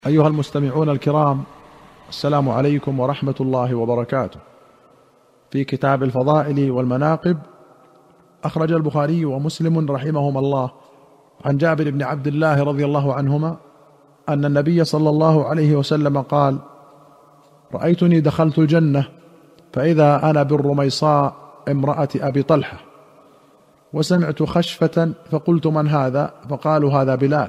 أيها المستمعون الكرام، السلام عليكم ورحمة الله وبركاته. في كتاب الفضائل والمناقب أخرج البخاري ومسلم رحمهما الله عن جابر بن عبد الله رضي الله عنهما أن النبي صلى الله عليه وسلم قال: رأيتني دخلت الجنة فإذا أنا بالرميصاء امرأة أبي طلحة، وسمعت خشفة فقلت: من هذا؟ فقالوا: هذا بلال.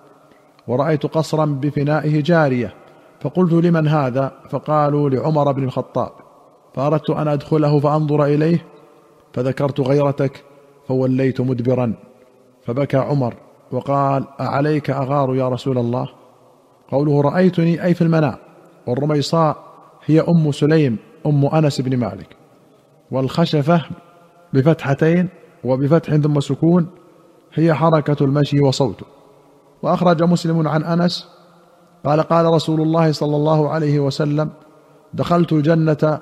ورأيت قصرا بفنائه جارية فقلت: لمن هذا؟ فقالوا: لعمر بن الخطاب. فأردت أن أدخله فأنظر إليه فذكرت غيرتك فوليت مدبرا، فبكى عمر وقال: أعليك أغار يا رسول الله؟ قوله رأيتني أي في المنام. والرميصاء هي أم سليم أم أنس بن مالك. والخشفة بفتحتين وبفتح ثم سكون هي حركة المشي وصوته. وأخرج مسلم عن أنس قال: قال رسول الله صلى الله عليه وسلم: دخلت الجنة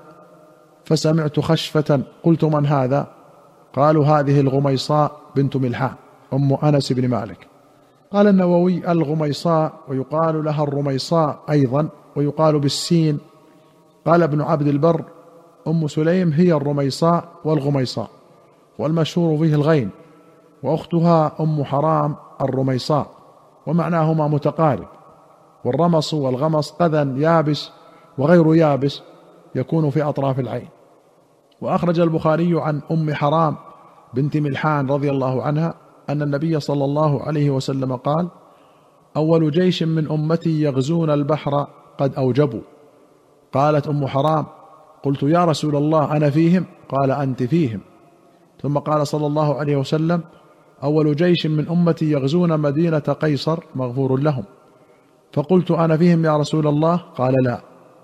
فسمعت خشفة قلت: من هذا؟ قالوا: هذه الغميصاء بنت ملحان أم أنس بن مالك. قال النووي: الغميصاء ويقال لها الرميصاء أيضا ويقال بالسين. قال ابن عبد البر: أم سليم هي الرميصاء والغميصاء، والمشهور فيه الغين، وأختها أم حرام الرميصاء، ومعناهما متقارب. والرمص والغمص قذى يابس وغير يابس يكون في أطراف العين. وأخرج البخاري عن أم حرام بنت ملحان رضي الله عنها أن النبي صلى الله عليه وسلم قال: أول جيش من أمتي يغزون البحر قد أوجبوا. قالت أم حرام: قلت: يا رسول الله أنا فيهم؟ قال: أنت فيهم. ثم قال صلى الله عليه وسلم: أول جيش من أمتي يغزون مدينة قيصر مغفور لهم. فقلت: أنا فيهم يا رسول الله؟ قال: لا.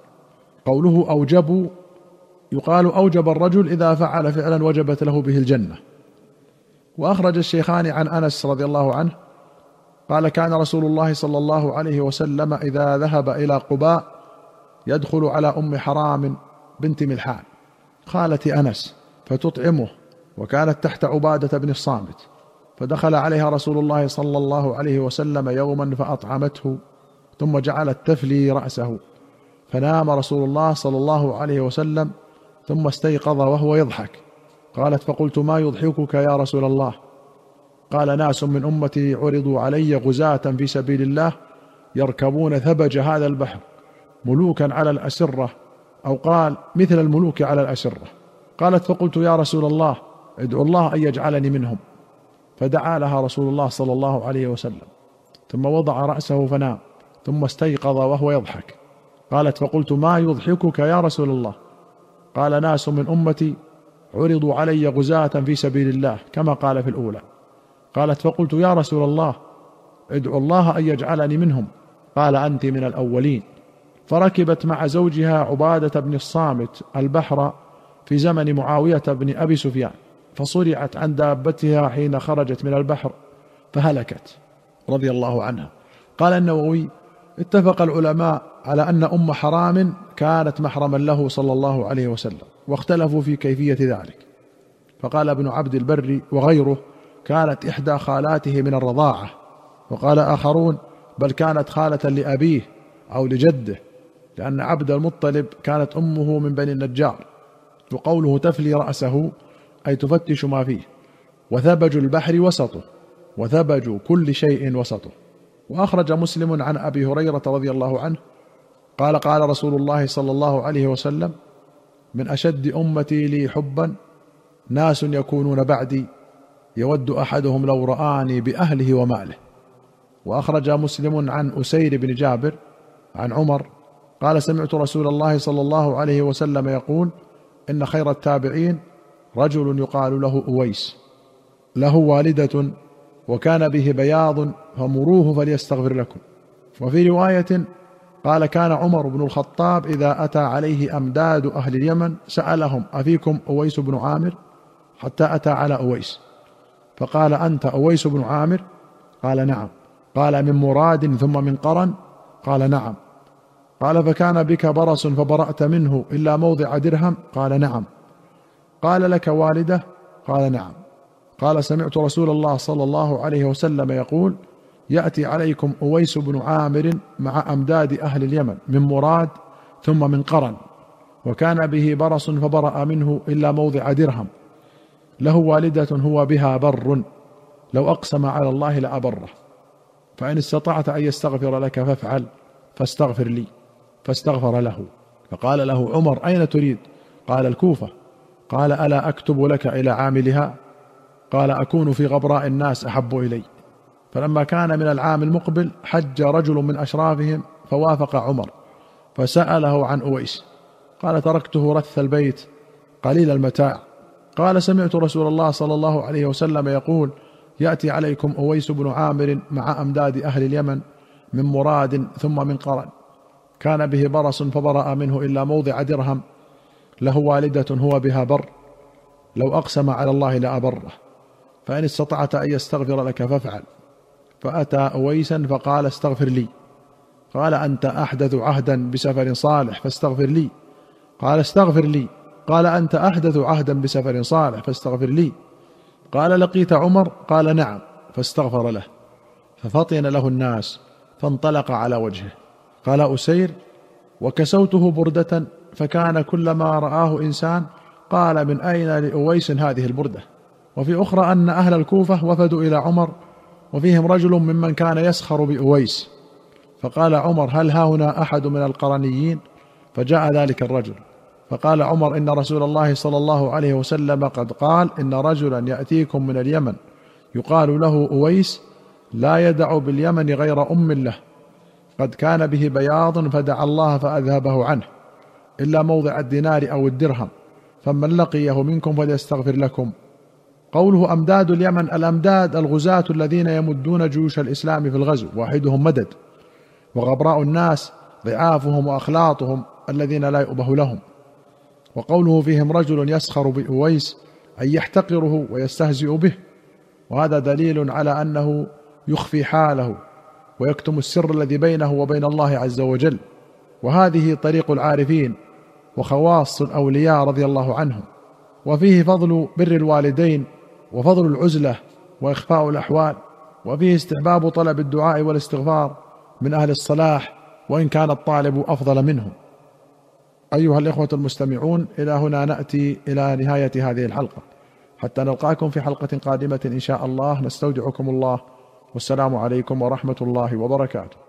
قوله أوجبوا يقال أوجب الرجل إذا فعل فعلا وجبت له به الجنة. وأخرج الشيخان عن أنس رضي الله عنه قال: كان رسول الله صلى الله عليه وسلم إذا ذهب إلى قباء يدخل على أم حرام بنت ملحان خالة أنس فتطعمه، وكانت تحت عبادة بن الصامت، فدخل عليها رسول الله صلى الله عليه وسلم يوما فأطعمته ثم جعلت تفلي رأسه، فنام رسول الله صلى الله عليه وسلم ثم استيقظ وهو يضحك. قالت: فقلت: ما يضحكك يا رسول الله؟ قال: ناس من أمتي عرضوا علي غزاة في سبيل الله يركبون ثبج هذا البحر ملوكا على الأسرة، أو قال مثل الملوك على الأسرة. قالت: فقلت: يا رسول الله ادعو الله أن يجعلني منهم. فدعا لها رسول الله صلى الله عليه وسلم ثم وضع رأسه فنام ثم استيقظ وهو يضحك. قالت: فقلت: ما يضحكك يا رسول الله؟ قال: ناس من أمتي عرضوا علي غزاة في سبيل الله كما قال في الأولى. قالت: فقلت: يا رسول الله ادعو الله أن يجعلني منهم. قال: أنت من الأولين. فركبت مع زوجها عبادة بن الصامت البحر في زمن معاوية بن أبي سفيان، فصرعت عن دابتها حين خرجت من البحر فهلكت رضي الله عنها. قال النووي: اتفق العلماء على أن أم حرام كانت محرما له صلى الله عليه وسلم، واختلفوا في كيفية ذلك. فقال ابن عبد البر وغيره: كانت إحدى خالاته من الرضاعة. وقال آخرون: بل كانت خالة لأبيه أو لجده، لأن عبد المطلب كانت أمه من بني النجار. وقوله تفلي رأسه أي تفتش ما فيه. وثبج البحر وسطه، وثبج كل شيء وسطه. وأخرج مسلم عن أبي هريرة رضي الله عنه قال: قال رسول الله صلى الله عليه وسلم: من أشد أمتي لي حبا ناس يكونون بعدي يود أحدهم لو رآني بأهله وماله. وأخرج مسلم عن أسير بن جابر عن عمر قال: سمعت رسول الله صلى الله عليه وسلم يقول: إن خير التابعين رجل يقال له أويس، له والدة وكان به بياض فمروه فليستغفر لكم. وفي رواية قال: كان عمر بن الخطاب إذا أتى عليه أمداد أهل اليمن سألهم: أفيكم أويس بن عامر؟ حتى أتى على أويس فقال: أنت أويس بن عامر؟ قال: نعم. قال: من مراد ثم من قرن؟ قال: نعم. قال: فكان بك برص فبرأت منه إلا موضع درهم؟ قال: نعم. قال: لك والدة؟ قال: نعم. قال: سمعت رسول الله صلى الله عليه وسلم يقول: يأتي عليكم أويس بن عامر مع أمداد أهل اليمن من مراد ثم من قرن، وكان به برص فبرأ منه إلا موضع درهم، له والدة هو بها بر، لو أقسم على الله لأبره، فإن استطعت أن يستغفر لك فافعل، فاستغفر لي، فاستغفر له. فقال له عمر: أين تريد؟ قال: الكوفة. قال: ألا أكتب لك إلى عاملها؟ قال: أكون في غبراء الناس أحب إلي. فلما كان من العام المقبل حج رجل من أشرافهم فوافق عمر فسأله عن أويس، قال: تركته رث البيت قليل المتاع. قال: سمعت رسول الله صلى الله عليه وسلم يقول: يأتي عليكم أويس بن عامر مع أمداد أهل اليمن من مراد ثم من قرن، كان به برص فبرأ منه إلا موضع درهم، له والدة هو بها بر، لو أقسم على الله لأبره، فإن استطعت أن يستغفر لك فافعل. فأتى أويسا فقال: استغفر لي. قال: أنت أحدث عهدا بسفر صالح فاستغفر لي. قال: استغفر لي. قال: أنت أحدث عهدا بسفر صالح فاستغفر لي. قال: لقيت عمر؟ قال: نعم. فاستغفر له، ففطن له الناس فانطلق على وجهه. قال أسير: وكسوته بردة، فكان كلما رآه إنسان قال: من أين لأويس هذه البردة؟ وفي أخرى أن أهل الكوفة وفدوا إلى عمر وفيهم رجل ممن كان يسخر بأويس، فقال عمر: هل هاهنا أحد من القرنيين؟ فجاء ذلك الرجل، فقال عمر: إن رسول الله صلى الله عليه وسلم قد قال: إن رجلا يأتيكم من اليمن يقال له أويس لا يدع باليمن غير أم له، قد كان به بياض فدعا الله فأذهبه عنه، إلا موضع الدينار أو الدرهم، فمن لقيه منكم فليستغفر لكم. قوله أمداد اليمن، الأمداد الغزاة الذين يمدون جيوش الإسلام في الغزو، واحدهم مدد، وغبراء الناس ضعافهم وأخلاطهم الذين لا يؤبه لهم. وقوله فيهم رجل يسخر بأويس أي يحتقره ويستهزئ به، وهذا دليل على أنه يخفي حاله ويكتم السر الذي بينه وبين الله عز وجل، وهذه طريق العارفين وخواص الأولياء رضي الله عنهم. وفيه فضل بر الوالدين وفضل العزلة وإخفاء الأحوال، وفيه استحباب طلب الدعاء والاستغفار من أهل الصلاح وإن كان الطالب أفضل منهم. أيها الإخوة المستمعون، إلى هنا نأتي إلى نهاية هذه الحلقة، حتى نلقاكم في حلقة قادمة إن شاء الله، نستودعكم الله، والسلام عليكم ورحمة الله وبركاته.